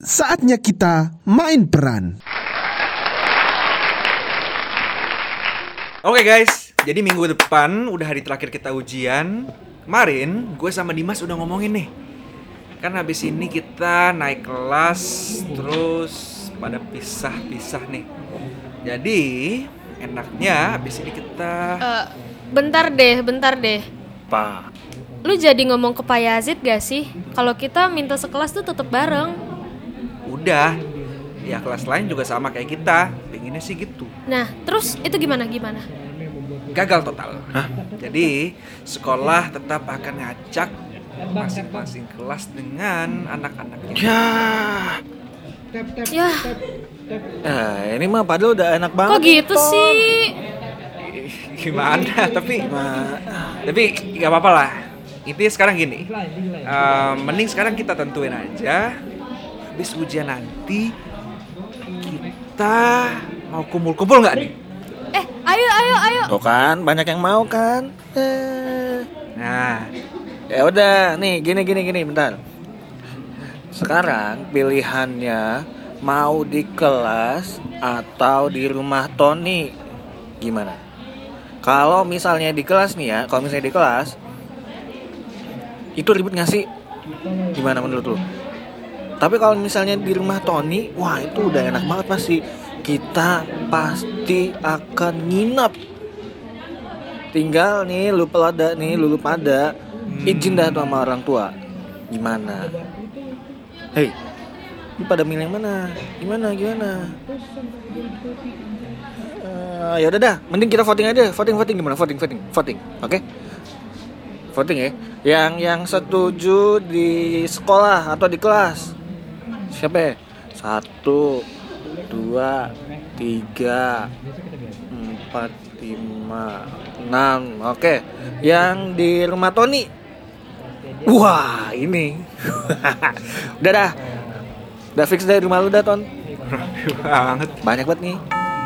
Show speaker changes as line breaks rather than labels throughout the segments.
Saatnya kita main peran.
Oke guys, jadi minggu depan udah hari terakhir kita ujian. Kemarin gue sama Dimas udah ngomongin nih, kan habis ini kita naik kelas, terus pada pisah-pisah nih. Jadi enaknya habis ini kita
Bentar deh.
Apa?
Lu jadi ngomong ke Pak Yazid gak sih? Kalau kita minta sekelas tuh tetep bareng.
Udah, ya kelas lain juga sama kayak kita, pengennya sih gitu.
Nah, terus itu gimana?
Gagal total. Hah? Jadi sekolah tetap akan ngacak masing-masing kelas dengan anak-anaknya.
Ya,
Ini mah padahal udah enak banget.
kok gitu
Ton.
sih?
Gimana? Tapi nggak apa-apa lah. Intinya sekarang gini, mending sekarang kita tentuin aja. Habis ujian nanti kita mau kumpul-kumpul nggak nih?
Ayo.
Tuh kan, banyak yang mau kan.
Nah,
Ya udah, nih gini, bentar. Sekarang pilihannya mau di kelas atau di rumah Tony. Gimana? Kalau misalnya di kelas nih ya, itu ribet gak sih? Gimana menurut lu? Tapi kalau misalnya di rumah Tony, wah itu udah enak banget pasti. Kita pasti akan nginep. Tinggal nih lu pada izin dah tuh sama orang tua. Gimana? Hei, lu pada milih yang mana? Gimana? Ya udah dah, mending kita voting aja. Voting gimana? Voting. Oke? Voting ya. Yang setuju di sekolah atau di kelas. Siapa ya? 1, 2, 3, 4, 5, 6. Oke. Yang di rumah Tony. Wah, ini. Udah dah. Udah fix dari rumah lu dah, Ton.
banget.
Banyak banget nih.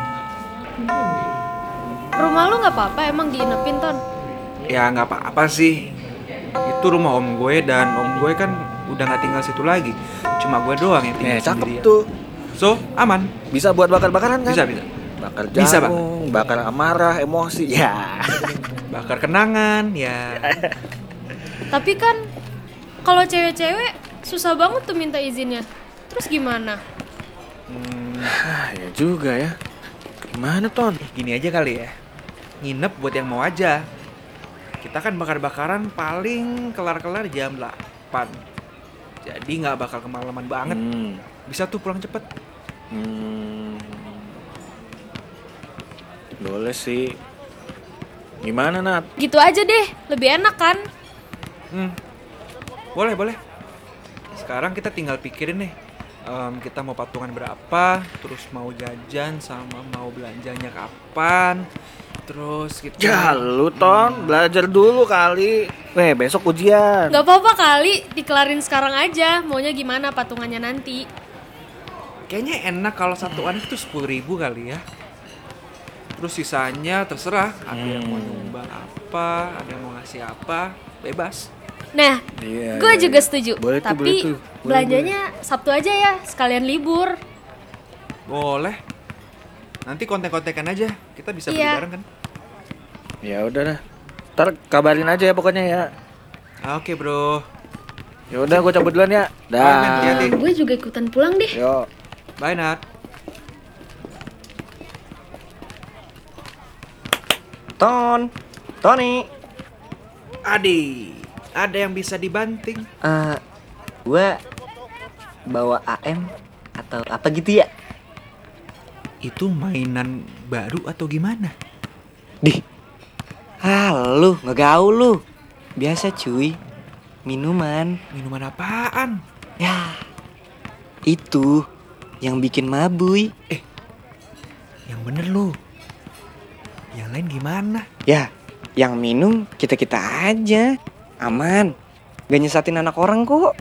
Rumah lu gak apa-apa emang diinepin, Ton?
Ya nggak apa-apa sih. Itu rumah om gue dan om gue kan udah nggak tinggal situ lagi. Cuma gue doang yang tinggal
Cakep
sendirian.
tuh.
So aman.
Bisa buat bakar-bakaran kan?
Bisa.
Bakar
Bisa, Bang.
jagung, bakar amarah, emosi. Ya.
Bakar kenangan ya.
Tapi kan kalau cewek-cewek susah banget tuh minta izinnya. Terus gimana?
Ya juga ya. Gimana, Ton?
Gini aja kali ya. Nginep buat yang mau aja. Kita kan bakar-bakaran paling kelar-kelar jam 8. Jadi nggak bakal kemalaman banget. Bisa tuh pulang cepet.
Boleh sih. Gimana, Nat?
Gitu aja deh, lebih enak kan?
Boleh. Sekarang kita tinggal pikirin nih. Kita mau patungan berapa, terus mau jajan sama mau belanjanya kapan. Terus kita...
Ya lu, Ton, belajar dulu kali. Besok ujian.
Gak apa-apa kali, dikelarin sekarang aja. Maunya gimana patungannya nanti?
Kayaknya enak kalau satuan itu 10.000 kali ya. Terus sisanya terserah. Ada yang mau nyumbang apa, ada yang mau ngasih apa, bebas.
Nah,
Iya,
gue
iya,
juga
iya.
setuju.
Boleh tuh,
Tapi
boleh tuh.
belanjanya Sabtu aja ya, sekalian libur.
Boleh. Nanti kontek-kontekan aja. Kita bisa beli
Iya.
bareng kan?
Ya udah dah. Ntar kabarin aja ya pokoknya ya.
Oke bro.
Ya udah, gue cabut duluan ya.
Bye, men.
Dah.
Hati-hati.
Gue juga ikutan pulang deh.
Yo.
Bye Nat.
Tony,
Adi, ada yang bisa dibanting?
gua bawa AM atau apa gitu ya?
Itu mainan baru atau gimana?
Dih, lu ngegaul lu. Biasa cuy, minuman.
Minuman apaan?
Ya, itu yang bikin mabuy.
Yang bener lu. Yang lain gimana?
Ya, yang minum kita-kita aja. Aman, gak nyesatin anak orang kok.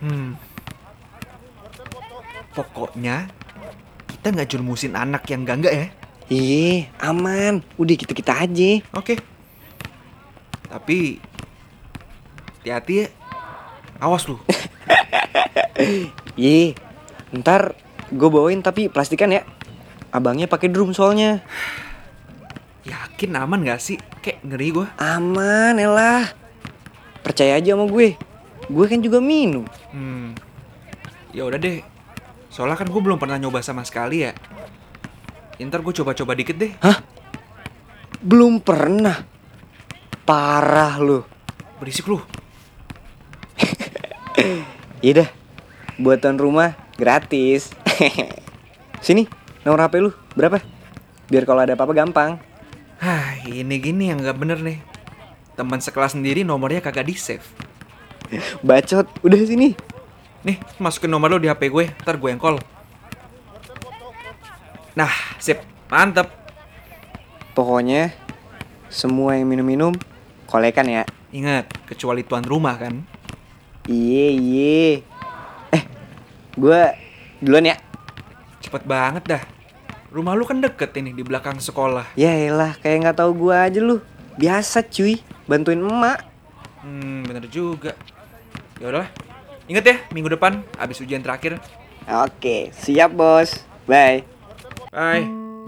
Pokoknya kita nggak jermusin anak yang enggak ya.
Iya, aman. Udah kita-kita aja.
Oke. Tapi hati-hati ya. Awas lu.
Iya, Ntar gue bawain tapi plastikan ya. Abangnya pakai drum soalnya.
Yakin aman gak sih? Kayak ngeri gue.
Aman, elah. Percaya aja sama gue. Gue kan juga minum.
Ya udah deh. Soalnya kan gue belum pernah nyoba sama sekali ya. Ntar gue coba-coba dikit deh.
Hah? Belum pernah? Parah lu.
Berisik lu.
Yaudah, buatan rumah gratis. Sini, nomor HP lu berapa? Biar kalau ada apa-apa gampang.
Hah, ini gini yang gak bener nih. Teman sekelas sendiri nomornya kagak di-save.
Bacot, udah sini.
Nih, masukin nomor lo di HP gue, ntar gue yang call. Nah, sip, mantep.
Pokoknya semua yang minum-minum kolekan ya.
Ingat, kecuali tuan rumah kan.
Iye. Gue duluan ya.
Cepet banget dah. Rumah lu kan deket ini di belakang sekolah.
Yaelah, kayak nggak tahu gue aja lu. Biasa cuy, bantuin emak.
Bener juga. Ya udahlah. Ingat ya, minggu depan abis ujian terakhir.
Oke, siap bos. Bye.
Bye.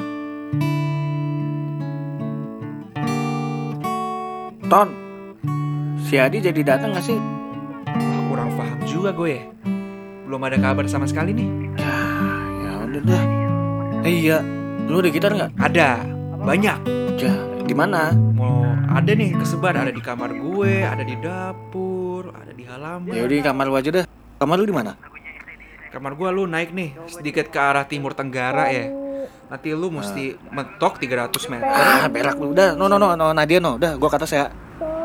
Ton, si Adi jadi datang gak sih?
Kurang paham juga gue ya. Belum ada kabar sama sekali nih.
Ya udah dah. Iya, lu ada gitar nggak?
Ada, banyak.
Ya, di mana?
Mau ada nih kesebar, ada di kamar gue, ada di dapur, ada di halaman.
Ya udah di kamar lu aja dah. Kamar lu di mana?
Kamar gue lu naik nih sedikit ke arah timur tenggara ya. Nanti lu mesti mentok 300 meter.
Ah, berak lu. Udah, no, Nadia no. Udah, gua ke atas ya.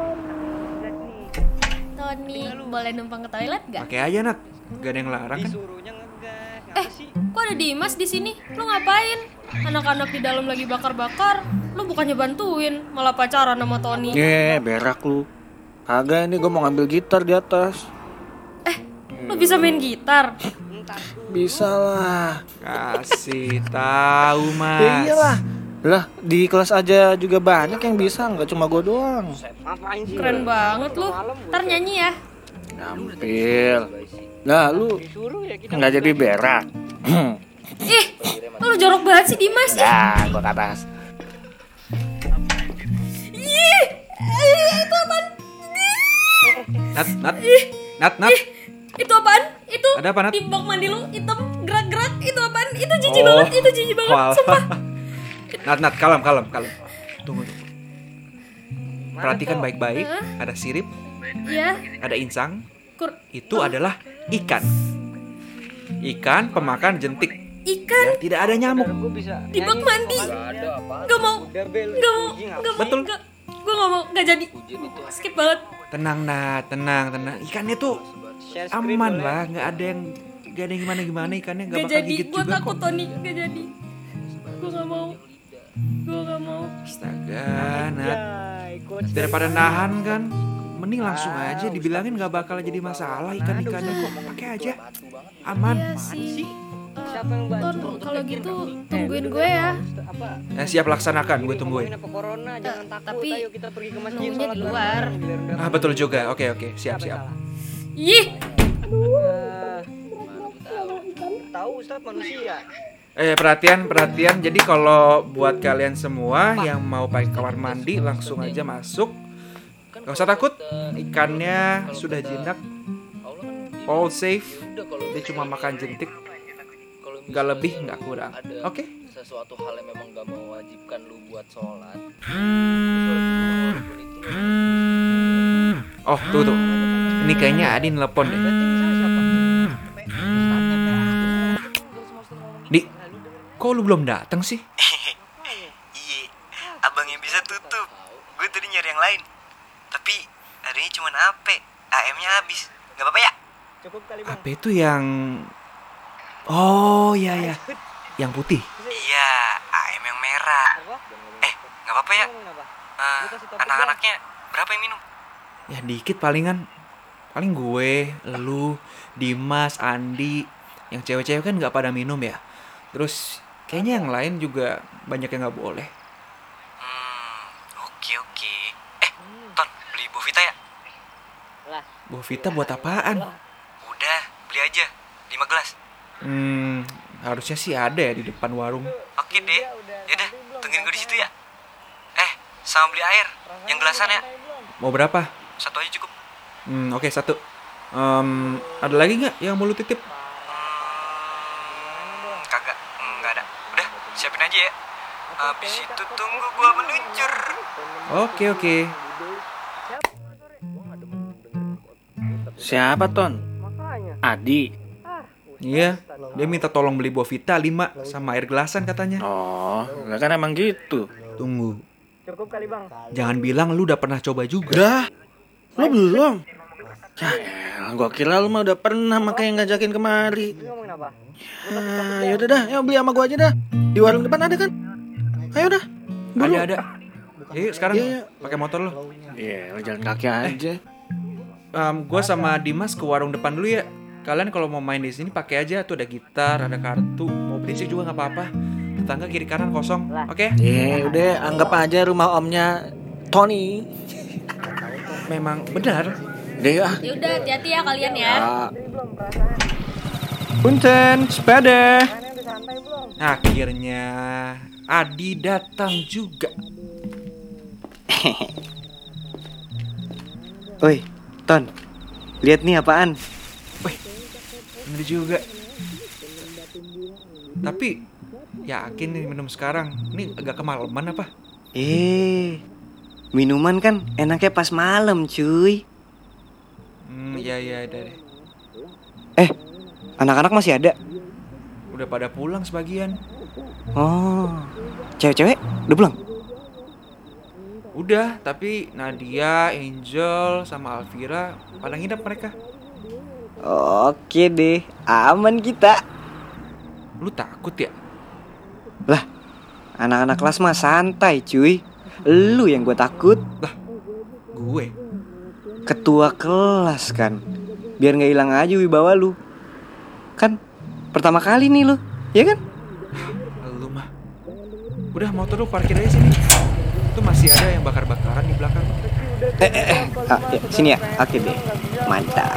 Tony, boleh numpang ke toilet gak?
Pakai aja Nat, gak ada yang larang kan?
Kok ada Dimas di sini? Lu ngapain? Anak-anak di dalam lagi bakar-bakar. Lu bukannya bantuin, malah pacaran sama Tony.
Berak lu. Kagak, ini gua mau ngambil gitar di atas.
Lu bisa main gitar?
Bisa lah.
Kasih tahu Mas.
Ya iyalah. Lah, di kelas aja juga banyak yang bisa, nggak cuma gua doang.
Keren banget lu. Ntar nyanyi ya.
Nampil. Nah, lu nggak jadi berak.
Ih, lu jorok banget sih Dimas.
Nah, gua ke atas.
Ih, itu apaan?
Nat.
Itu apaan? Itu
Ada apa, Nat?
di bak mandi lu hitam gerak-gerak. Itu apaan? Itu jijik banget. Itu jijik banget.
Walah.
Sumpah.
Nat, kalem. Tunggu. Perhatikan baik-baik. Ada sirip,
Ya,
ada insang.
kur
Itu adalah ikan. Ikan pemakan jentik.
ikan
Ya, tidak ada nyamuk.
di bak mandi. Gak mau.
Betul.
Gue gak mau. Gak jadi. Skip banget.
Tenang Nat, tenang. Ikannya tuh aman lah, nggak ada yang gimana ikannya nggak
Gak
bakal
jadi.
gigit
Gue
juga
takut
kok.
Tony. Gak jadi. Gue gak mau.
Astaga, Nat. Daripada nahan kan, mending langsung aja dibilangin nggak bakal jadi masalah ikannya kok. Pakai aja, aman.
Iya sih. Ton, kalau gitu tungguin gue ya.
Siap laksanakan, gue tungguin.
Tapi nunggunya di luar.
Betul juga. Oke, siap.
Ih,
Tahu Ustaz manusia.
Perhatian. Jadi kalau buat kalian semua yang mau pakai kamar mandi langsung aja masuk. Gak usah takut, ikannya sudah jinak. All safe. Dia cuma makan jentik. Gak lebih, gak kurang. Oke?
Sesuatu hal yang memang gak mewajibkan lu buat sholat.
Oh, tuh. Ini kayaknya Adi nelpon deh. Di, kok lu belum datang sih?
Iya, abangnya bisa tutup. Gue tadi nyari yang lain. Tapi harinya cuma AP, AM-nya habis. Gak apa-apa ya?
Apa itu yang... Oh, iya. Yang putih.
Iya, AM yang merah. Gak apa-apa ya? Anak-anaknya berapa yang minum?
Ya dikit palingan. Paling gue, lu, Dimas, Andi. Yang cewek-cewek kan gak pada minum ya. Terus kayaknya yang lain juga banyak yang gak boleh.
Oke. Ton, beli Bovita ya?
Bovita buat apaan?
Udah, beli aja 5 gelas.
Harusnya sih ada ya di depan warung.
Oke deh. Yaudah, tungguin gue di situ ya. Sama beli air. Yang gelasan ya.
Mau berapa?
1 aja cukup.
Oke, 1. Ada lagi nggak yang mau lu titip?
Kagak. Nggak ada. Udah, siapin aja ya. Habis itu tunggu gue meluncur.
Oke.
Siapa Ton? Adi.
Iya, dia minta tolong beli buah Vita 5 sama air gelasan katanya.
Oh, lah kan emang gitu.
Tunggu. Cukup kali bang. Jangan bilang lu udah pernah coba juga.
Udah. Lo belum? Ya elah, gua kira lu mah udah pernah makanya ngajakin kemari. Yaudah dah, ya beli sama gua aja dah. Di warung depan ada kan? Ayo dah. Buru.
Ada. Yuk sekarang
Iya.
pakai motor lo.
Iya, lo jalan kaki aja.
Gue sama Dimas ke warung depan dulu ya. Kalian kalau mau main di sini pakai aja, tuh ada gitar, ada kartu, mau berisik juga nggak apa-apa. Tetangga kiri kanan kosong, oke?
Iya, udah anggap aja rumah omnya Tony.
Memang benar.
Deh ah.
Ya udah, hati-hati ya kalian ya.
Punten, sepeda. Akhirnya Adi datang juga.
Woi, Ton. Lihat nih apaan?
Bener juga. Tapi yakin nih minum sekarang. Ini agak kemalaman apa?
Minuman kan enaknya pas malam, cuy.
Iya deh.
Anak-anak masih ada?
Udah pada pulang sebagian.
Oh, cewek-cewek udah pulang?
Udah, tapi Nadia, Angel, sama Alvira pada ngidap mereka.
Oke deh, aman kita.
Lu takut ya?
Lah, anak-anak kelas mah santai cuy. Lu yang gue takut.
Lah, gue?
Ketua kelas kan. Biar gak hilang aja wibawa lu. Kan pertama kali nih lu, ya kan?
Lu mah. Udah, motor lu parkir aja sini. Itu masih ada yang bakar-bakaran di belakang.
Sini ya, oke deh. Mantap.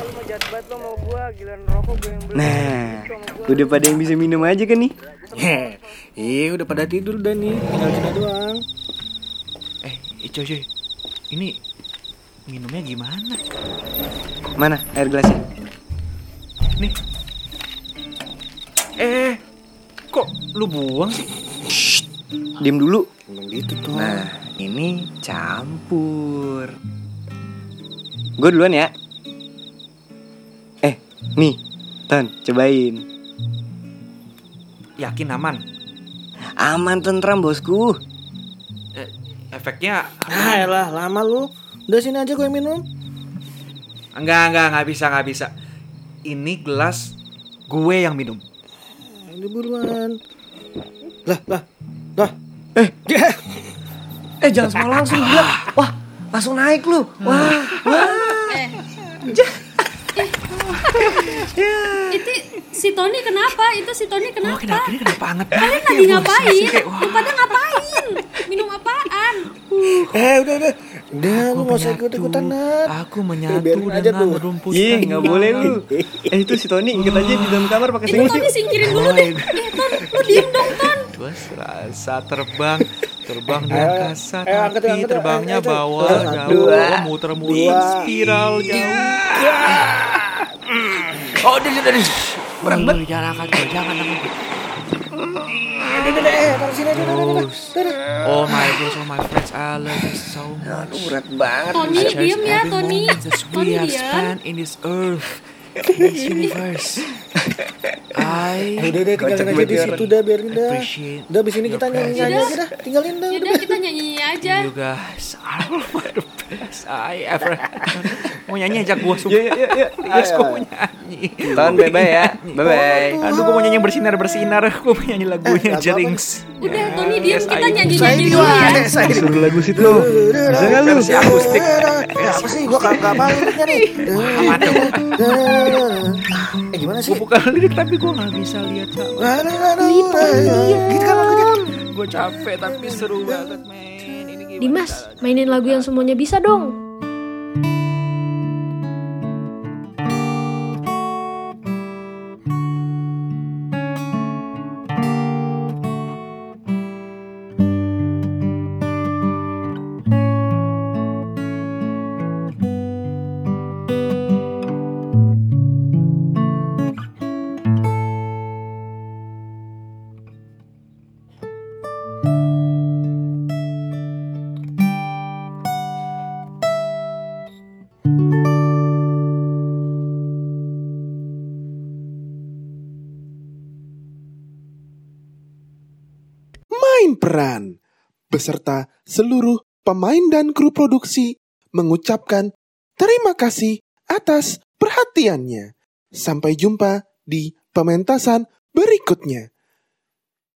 Nah, udah pada yang bisa minum aja kan nih?
Iya, udah pada tidur dah nih. Tinggal kita doang.
Coy. Ini minumnya gimana?
Mana air gelasnya?
Nih. Kok lu buang sih?
Diam dulu.
Emang gitu tuh.
Nah, ini campur. Gue duluan ya. Nih, Ton, cobain.
Yakin aman?
Aman tentram bosku.
Efeknya
Elah, lama lu. Udah sini aja gue minum.
Enggak bisa. Ini gelas gue yang minum.
Ini buruan. Lah.
Jangan semua langsung gila. Wah, langsung naik lu. Wah.
Itu si Tony kenapa?
Ini kenapa anget?
Kalian lagi ngapain? Lu pada ngapain? Minum apaan?
Udah, lu gak usah ikut-ikutan, Nat.
Aku menyatu
Biarin aja
dengan
tuh.
rumput.
Nggak boleh lu. Itu si Tony ikut aja di dalam kamar pakai
Itu
selimut.
Tony singkirin dulu deh. Ton, lu diem dong, Ton.
Gue serasa terbang di angkasa,
angkat,
tapi
angkat,
terbangnya
angkat.
bawah jauh, muter-muter spiral jauh. Oh, udah. Berat. Jangan angkat.
Taruh sini aja.
Oh my gosh, oh my friends, I love you so much.
Berat banget.
Tony, diem ya, Tony. Tony,
We have
diem.
spent in this earth, in this universe. I
Udah, tinggalin aja di situ dah, biarin dah.
appreciate
Udah, abis ini kita nyanyi aja dah. Tinggalin dah.
Yaudah, kita nyanyi aja.
you guys are the best I ever had. Mau nyanyi ajak gue suka. Yes, gue mau nyanyi.
Ton, bye-bye ya. Bye-bye.
Aduh, gue mau nyanyi yang bersinar. Gue mau nyanyi lagunya Jerings.
Udah, Tony diem.
Yes,
Kita
ayo.
nyanyi dulu ya.
Suruh lagu situ lo.
Bisa nggak lu? Versi akustik.
Apa sih? Gua kagak apa liriknya nih. Gimana sih?
Gue bukan lirik tapi gue nggak bisa lihat.
Gitu kan
Gue capek tapi seru banget, men. Ini gimana?
Dimas, mainin lagu yang semuanya bisa dong.
Peran beserta seluruh pemain dan kru produksi mengucapkan terima kasih atas perhatiannya. Sampai jumpa di pementasan berikutnya.